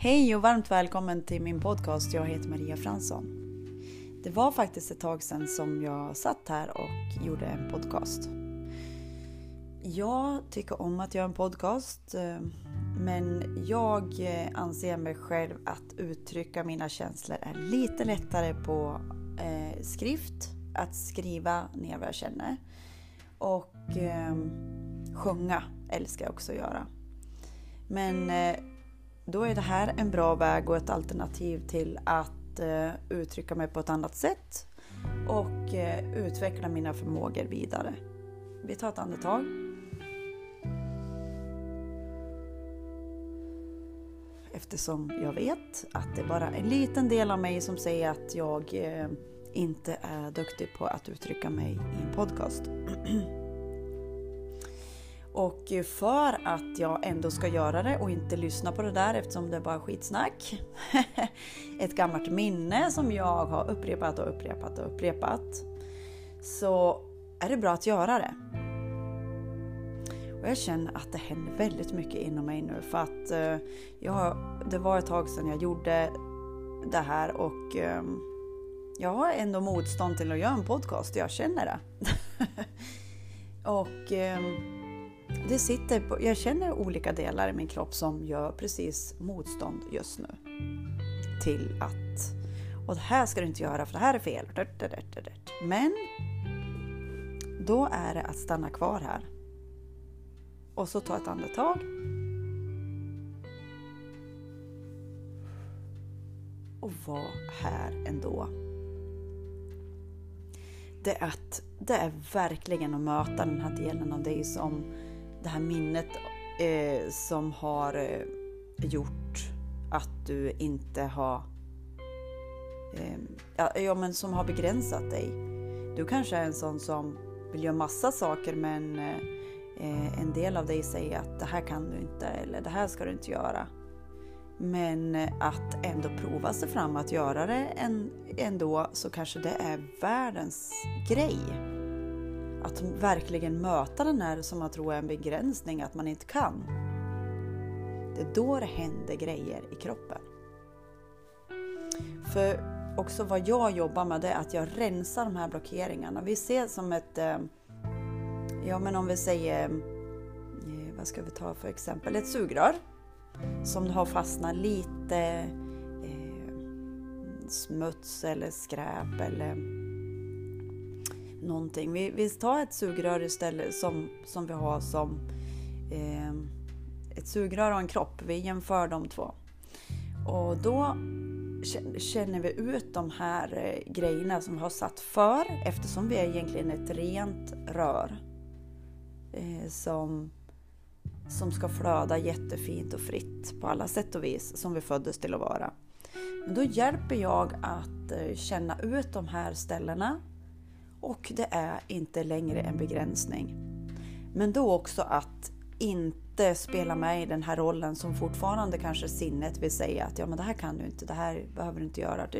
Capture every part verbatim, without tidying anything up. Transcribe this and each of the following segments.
Hej och varmt välkommen till min podcast. Jag heter Maria Fransson. Det var faktiskt ett tag sedan som jag satt här och gjorde en podcast. Jag tycker om att göra en podcast, men jag anser mig själv att uttrycka mina känslor är lite lättare på eh, skrift. Att skriva ner vad jag känner. Och eh, sjunga älskar jag också göra. Men eh, då är det här en bra väg och ett alternativ till att eh, uttrycka mig på ett annat sätt. Och eh, utveckla mina förmågor vidare. Vi tar ett andetag. Eftersom jag vet att det är bara en liten del av mig som säger att jag eh, inte är duktig på att uttrycka mig i en podcast. Och för att jag ändå ska göra det och inte lyssna på det där eftersom det är bara skitsnack. Ett gammalt minne som jag har upprepat och upprepat och upprepat. Så är det bra att göra det. Och jag känner att det händer väldigt mycket inom mig nu. För att uh, jag, det var ett tag sedan jag gjorde det här och uh, jag har ändå motstånd till att göra en podcast. Jag känner det. och uh, det sitter på, jag känner olika delar i min kropp som gör precis motstånd just nu. Till att, och det här ska du inte göra för det här är fel. Men då är det att stanna kvar här. Och så ta ett andetag. Och var här ändå. Det är, att, det är verkligen att möta den här delen av dig som det här minnet eh, som har eh, gjort att du inte har eh, ja, ja, men som har begränsat dig. Du kanske är en sån som vill göra massa saker men eh, en del av dig säger att det här kan du inte eller det här ska du inte göra. Men att ändå prova sig fram att göra det ändå så kanske det är världens grej. Att verkligen möta den här som man tror är en begränsning att man inte kan. Det är då det händer grejer i kroppen. För också vad jag jobbar med det är att jag rensar de här blockeringarna. Vi ser som ett, ja men om vi säger, vad ska vi ta för exempel, ett sugrör. Som har fastnat lite eh, smuts eller skräp eller någonting. Vi, vi tar ett sugrör istället som, som vi har som eh, ett sugrör och en kropp. Vi jämför de två. Och då känner vi ut de här eh, grejerna som vi har satt för eftersom vi är egentligen ett rent rör eh, som som ska flöda jättefint och fritt på alla sätt och vis som vi föddes till att vara. Men då hjälper jag att känna ut de här ställena och det är inte längre en begränsning. Men då också att inte spela med i den här rollen som fortfarande kanske sinnet vill säga att ja men det här kan du inte, det här behöver du inte göra.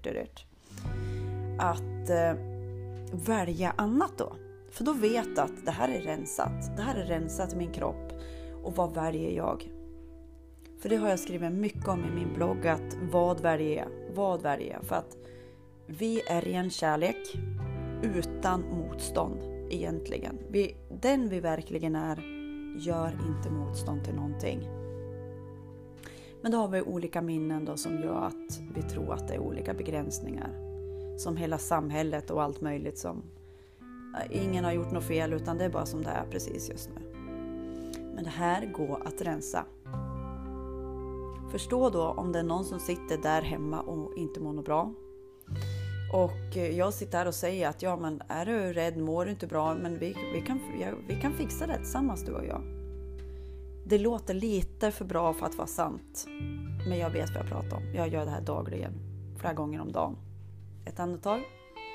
Att eh, välja annat då. För då vet att det här är rensat. Det här är rensat i min kropp. Och vad väljer jag? För det har jag skrivit mycket om i min blogg. Att vad väljer jag? Vad väljer jag? För att vi är ren kärlek. Utan motstånd egentligen. Vi, den vi verkligen är gör inte motstånd till någonting. Men då har vi olika minnen då som gör att vi tror att det är olika begränsningar. Som hela samhället och allt möjligt som ingen har gjort något fel utan det är bara som det är precis just nu. Men det här går att rensa. Förstå då om det är någon som sitter där hemma och inte mår något bra. Och jag sitter här och säger att ja men är du rädd, mår du inte bra, men vi, vi, kan, ja, vi kan fixa det tillsammans du och jag. Det låter lite för bra för att vara sant. Men jag vet vad jag pratar om. Jag gör det här dagligen. Flera gånger om dagen. Ett andetag.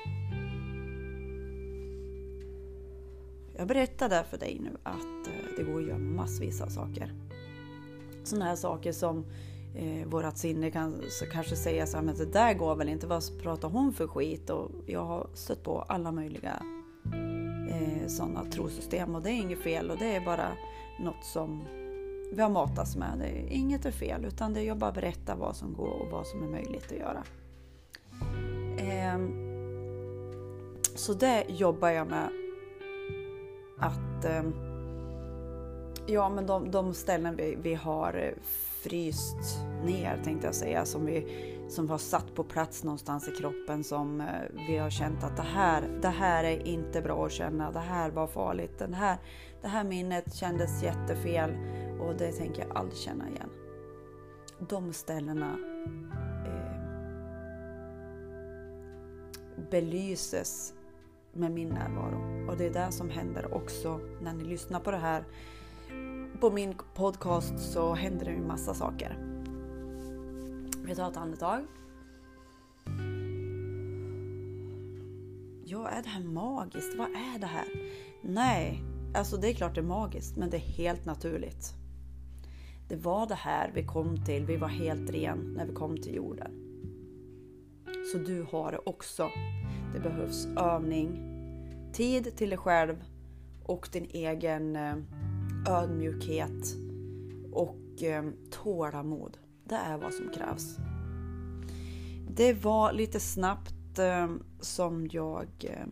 Jag berättar där för dig nu att det går att göra massvis av saker. Sådana här saker som eh, vårat sinne kan så kanske säga så här, men det där går väl inte, vad pratar hon för skit? Och jag har stött på alla möjliga eh, sådana trosystem och det är inget fel och det är bara något som vi har matats med. Det är, inget är fel, utan det är jag bara berätta vad som går och vad som är möjligt att göra. Eh, så det jobbar jag med. Att eh, ja, men de, de ställen vi, vi har fryst ner, tänkte jag säga, som vi som har satt på plats någonstans i kroppen, som eh, vi har känt att det här, det här är inte bra att känna, det här var farligt, den här, det här minnet kändes jättefel och det tänker jag aldrig känna igen. De ställena eh, belyses med min närvaro, och det är det som händer också när ni lyssnar på det här. På min podcast så händer det en massa saker. Vi tar ett andetag. Ja, är det här magiskt? Vad är det här? Nej, alltså det är klart det är magiskt, men det är helt naturligt. Det var det här vi kom till. Vi var helt ren när vi kom till jorden. Så du har det också. Det behövs övning, tid till dig själv och din egen ödmjukhet och tålamod. Det är vad som krävs. Det var lite snabbt eh, som jag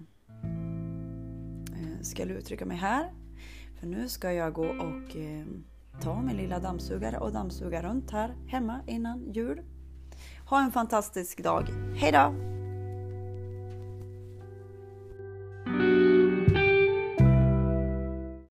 eh, ska uttrycka mig här. För nu ska jag gå och eh, ta min lilla dammsugare och dammsuga runt här hemma innan jul. Ha en fantastisk dag. Hej då!